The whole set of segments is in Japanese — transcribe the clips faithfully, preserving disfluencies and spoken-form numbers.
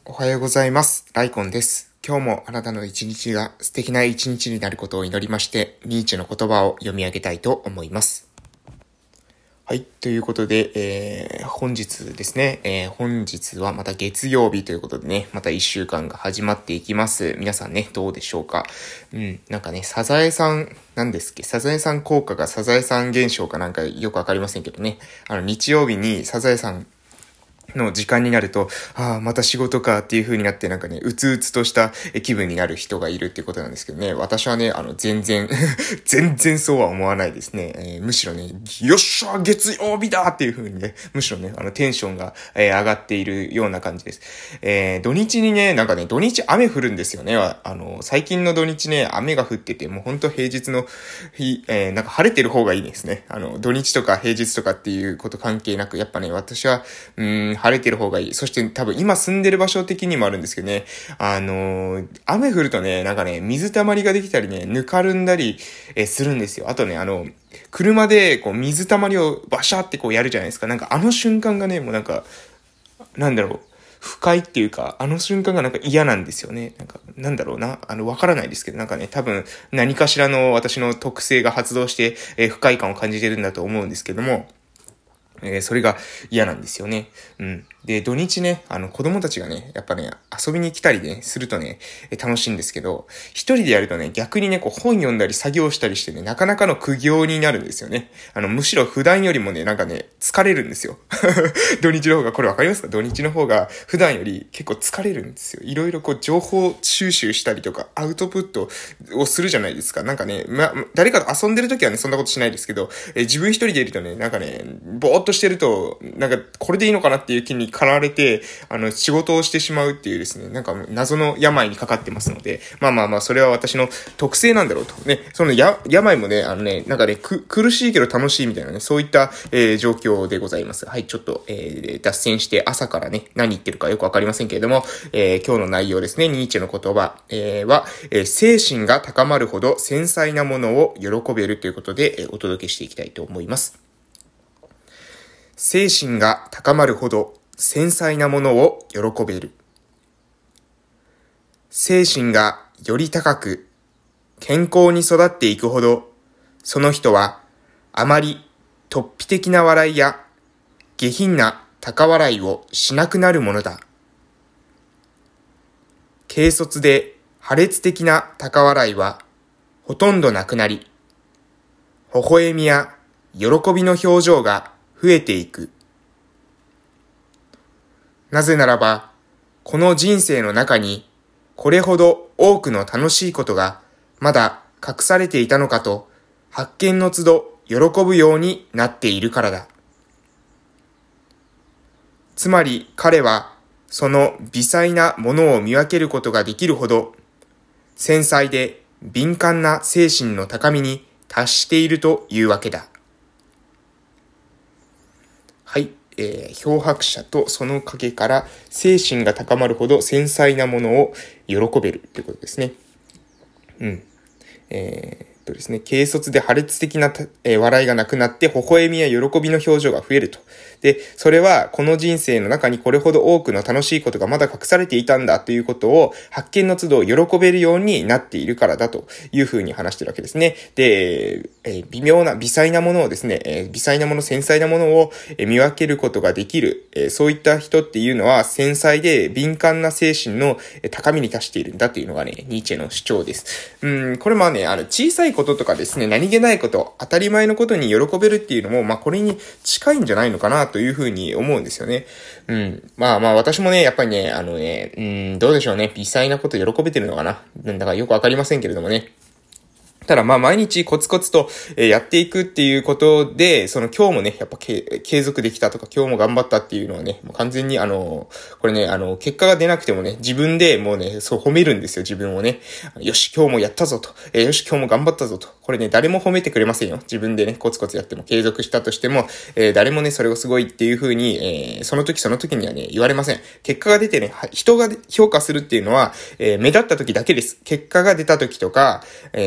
おはようございます。ライコンです。今日もあなたの一日が素敵な一日になることを祈りまして、ニーチェの言葉を読み上げたいと思います。はい。ということで、えー、本日ですね、えー、本日はまた月曜日ということでね、また一週間が始まっていきます。皆さんね、どうでしょうか。うん、なんかね、サザエさん、なんですっけ、サザエさん効果がサザエさん現象かなんかよくわかりませんけどね、あの、日曜日にサザエさん、の時間になると、ああ、また仕事かっていう風になってなんかね、うつうつとした気分になる人がいるっていうことなんですけどね。私はね、あの、全然、全然そうは思わないですね。えー、むしろね、よっしゃ月曜日だっていう風にね、むしろね、あの、テンションが、えー、上がっているような感じです。えー、土日にね、なんかね、土日雨降るんですよね。あの、最近の土日ね、雨が降ってて、もうほんと平日の日、えー、なんか晴れてる方がいいですね。あの、土日とか平日とかっていうこと関係なく、やっぱね、私は、うーん、晴れてる方がいい。そして多分今住んでる場所的にもあるんですけどね。あのー、雨降るとね、なんかね、水たまりができたりね、ぬかるんだり、えー、するんですよ。あとね、あの、車でこう水たまりをバシャってこうやるじゃないですか。なんかあの瞬間がね、もうなんか、なんだろう。不快っていうか、あの瞬間がなんか嫌なんですよね。なんか、なんだろうな。あの、わからないですけど、なんかね、多分何かしらの私の特性が発動して、えー、不快感を感じてるんだと思うんですけども、えー、それが嫌なんですよね。うん。で、土日ね、あの、子供たちがね、やっぱね、遊びに来たりね、するとね、えー、楽しいんですけど、一人でやるとね、逆にね、こう、本読んだり作業したりしてね、なかなかの苦行になるんですよね。あの、むしろ普段よりもね、なんかね、疲れるんですよ。土日の方が、これわかりますか？土日の方が普段より結構疲れるんですよ。いろいろこう、情報収集したりとか、アウトプットをするじゃないですか。なんかね、ま、誰かと遊んでる時はね、そんなことしないですけど、えー、自分一人でいるとね、なんかね、ぼーっとしてると、なんか、これでいいのかなっていう気に駆られて、あの、仕事をしてしまうっていうですね、なんか、謎の病にかかってますので、まあまあまあ、それは私の特性なんだろうと。ね、そのや、病もね、あのね、なんかね、く、苦しいけど楽しいみたいなね、そういった、えー、状況でございます。はい、ちょっと、えー、脱線して朝からね、何言ってるかよくわかりませんけれども、えー、今日の内容ですね、ニーチェの言葉、えー、は、えー、精神が高まるほど繊細なものを喜べるということで、えー、お届けしていきたいと思います。精神が高まるほど繊細なものを喜べる。精神がより高く健康に育っていくほど、その人はあまり突飛的な笑いや下品な高笑いをしなくなるものだ。軽率で破裂的な高笑いはほとんどなくなり、微笑みや喜びの表情が増えていく。なぜならば、この人生の中にこれほど多くの楽しいことがまだ隠されていたのかと発見の都度喜ぶようになっているからだ。つまり彼はその微細なものを見分けることができるほど繊細で敏感な精神の高みに達しているというわけだ。はい、えー、漂白者とその影から精神が高まるほど繊細なものを喜べるということですね。うん。えー、とですね、軽率で破裂的な、えー、笑いがなくなって微笑みや喜びの表情が増えると。で、それはこの人生の中にこれほど多くの楽しいことがまだ隠されていたんだということを発見の都度喜べるようになっているからだというふうに話しているわけですね。で、えー、微妙な微細なものをですね、えー、微細なもの、繊細なものを見分けることができる、えー、そういった人っていうのは繊細で敏感な精神の高みに達しているんだというのがね、ニーチェの主張です。うん、これまあね、あの小さいこととかですね、何気ないこと、当たり前のことに喜べるっていうのも、まあこれに近いんじゃないのかなというふうに思うんですよね。うん。まあまあ私もね、やっぱりね、あのね、うん、どうでしょうね。微細なこと喜べてるのかな。なんだかよくわかりませんけれどもね。ただまあ毎日コツコツとやっていくっていうことで、その今日もね、やっぱ継続できたとか今日も頑張ったっていうのはね、もう完全にあの、これね、あの、結果が出なくてもね、自分でもうね、そう褒めるんですよ、自分をね。よし、今日もやったぞと。えー、よし、今日も頑張ったぞと。これね、誰も褒めてくれませんよ。自分でね、コツコツやっても継続したとしても、えー、誰もね、それをすごいっていう風に、えー、その時その時にはね、言われません。結果が出てね、人が評価するっていうのは、えー、目立った時だけです。結果が出た時とか、えー、なんか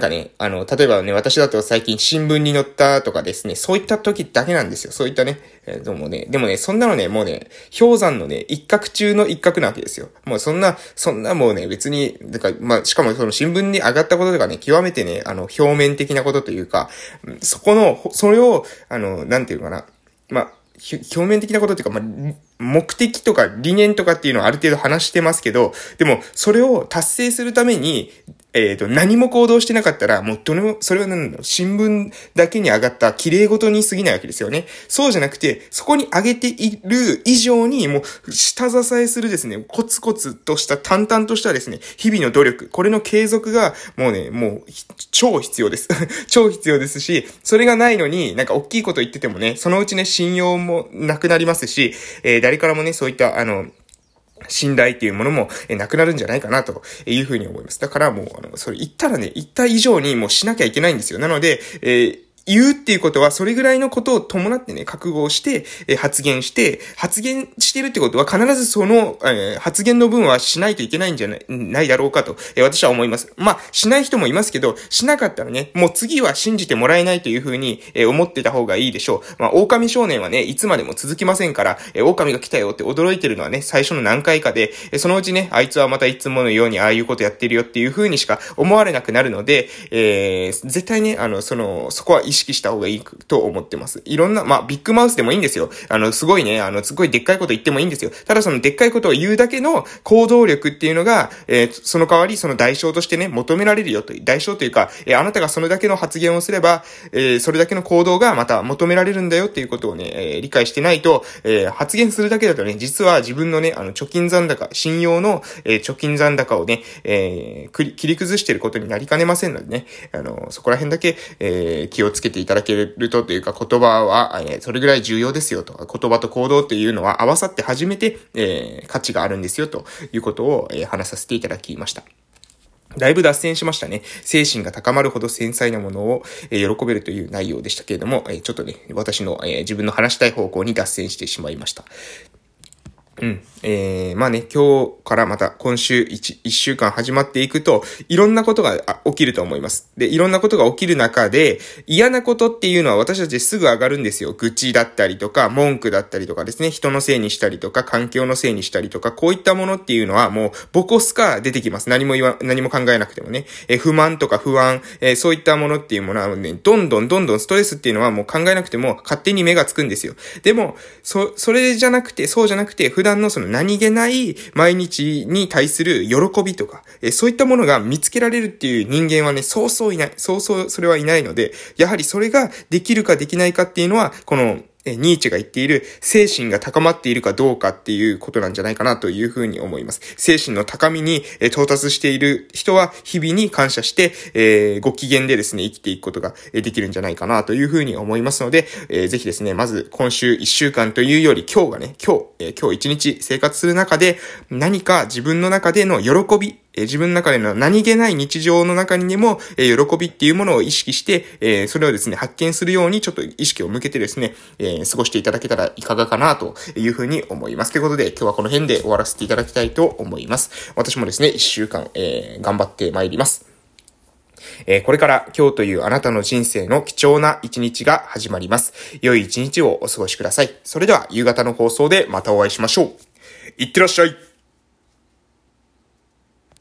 かね、あの、例えばね、私だと最近新聞に載ったとかですね、そういった時だけなんですよ。そういったね、えー、でもね、でもね、そんなのね、もうね、氷山のね、一角中の一角なわけですよ。もうそんな、そんなもうね、別に、だから、まあ、しかもその新聞に上がったこととかね、極めてね、あの、表面的なことというか、そこの、それを、あの、なんていうかな、まあ、表面的なことっていうか、まあ、目的とか理念とかっていうのはある程度話してますけど、でも、それを達成するために、えっと、何も行動してなかったら、もうどれも、それは何だろう、新聞だけに上がった綺麗事に過ぎないわけですよね。そうじゃなくて、そこに上げている以上に、もう、下支えするですね、コツコツとした、淡々としたですね、日々の努力、これの継続が、もうね、もう、超必要です。超必要ですし、それがないのに、なんか大きいこと言っててもね、そのうちね、信用もなくなりますし、えー、誰からもね、そういった、あの、信頼っていうものもなくなるんじゃないかなというふうに思います。だからもう、あの、それ言ったらね、言った以上にもうしなきゃいけないんですよ。なので、えー言うっていうことは、それぐらいのことを伴ってね、覚悟をして、えー、発言して、発言してるってことは必ずその、えー、発言の分はしないといけないんじゃない、ないだろうかと、えー、私は思います。まあ、しない人もいますけど、しなかったらね、もう次は信じてもらえないというふうに、えー、思ってた方がいいでしょう。まあ、狼少年はね、いつまでも続きませんから、えー、狼が来たよって驚いてるのはね、最初の何回かで、えー、そのうちね、あいつはまたいつものようにああいうことやってるよっていうふうにしか思われなくなるので、えー、絶対ね、あの、その、そこは意識した方がいいと思ってます。いろんな、まあ、ビッグマウスでもいいんですよ。あの、すごいね、あの、すごいでっかいこと言ってもいいんですよ。ただそのでっかいことを言うだけの行動力っていうのが、えー、その代わりその代償としてね、求められるよという、代償というか、えー、あなたがそれだけの発言をすれば、えー、それだけの行動がまた求められるんだよっていうことをね、えー、理解してないと、えー、発言するだけだとね、実は自分のね、あの、貯金残高、信用の、えー、貯金残高をね、えー、切り崩していることになりかねませんのでね、あの、そこら辺だけ、えー、気をつけていただけるとというか、言葉は、えー、それぐらい重要ですよと。言葉と行動っていうのは合わさって初めて、えー、価値があるんですよということを、えー、話させていただきました。だいぶ脱線しましたね。精神が高まるほど繊細なものを、えー、喜べるという内容でしたけれども、えー、ちょっとね、私の、えー、自分の話したい方向に脱線してしまいました。うん。えー、まあね、今日からまた今週一、一週間始まっていくと、いろんなことが起きると思います。で、いろんなことが起きる中で、嫌なことっていうのは私たちすぐ上がるんですよ。愚痴だったりとか、文句だったりとかですね、人のせいにしたりとか、環境のせいにしたりとか、こういったものっていうのはもう、ボコスカ出てきます。何も言わ、何も考えなくてもね。えー、不満とか不安、えー、そういったものっていうものはね、どんどんどんどんストレスっていうのはもう考えなくても、勝手に目がつくんですよ。でも、そ、それじゃなくて、そうじゃなくて、普段のその何気ない毎日に対する喜びとか、えそういったものが見つけられるっていう人間はね、そうそういない。そうそうそれはいないので、やはりそれができるかできないかっていうのは、この、ニーチェが言っている精神が高まっているかどうかっていうことなんじゃないかなというふうに思います。精神の高みに到達している人は日々に感謝して、えー、ご機嫌でですね、生きていくことができるんじゃないかなというふうに思いますので、えー、ぜひですね、まず今週いっしゅうかんというより今日がね、今日、えー、今日一日生活する中で何か自分の中での喜び、自分の中での何気ない日常の中にも、えー、喜びっていうものを意識して、えー、それをですね、発見するようにちょっと意識を向けてですね、えー、過ごしていただけたらいかがかなというふうに思います。ということで、今日はこの辺で終わらせていただきたいと思います。私もですね、一週間、えー、頑張ってまいります。えー、これから今日というあなたの人生の貴重な一日が始まります。良い一日をお過ごしください。それでは夕方の放送でまたお会いしましょう。いってらっしゃい。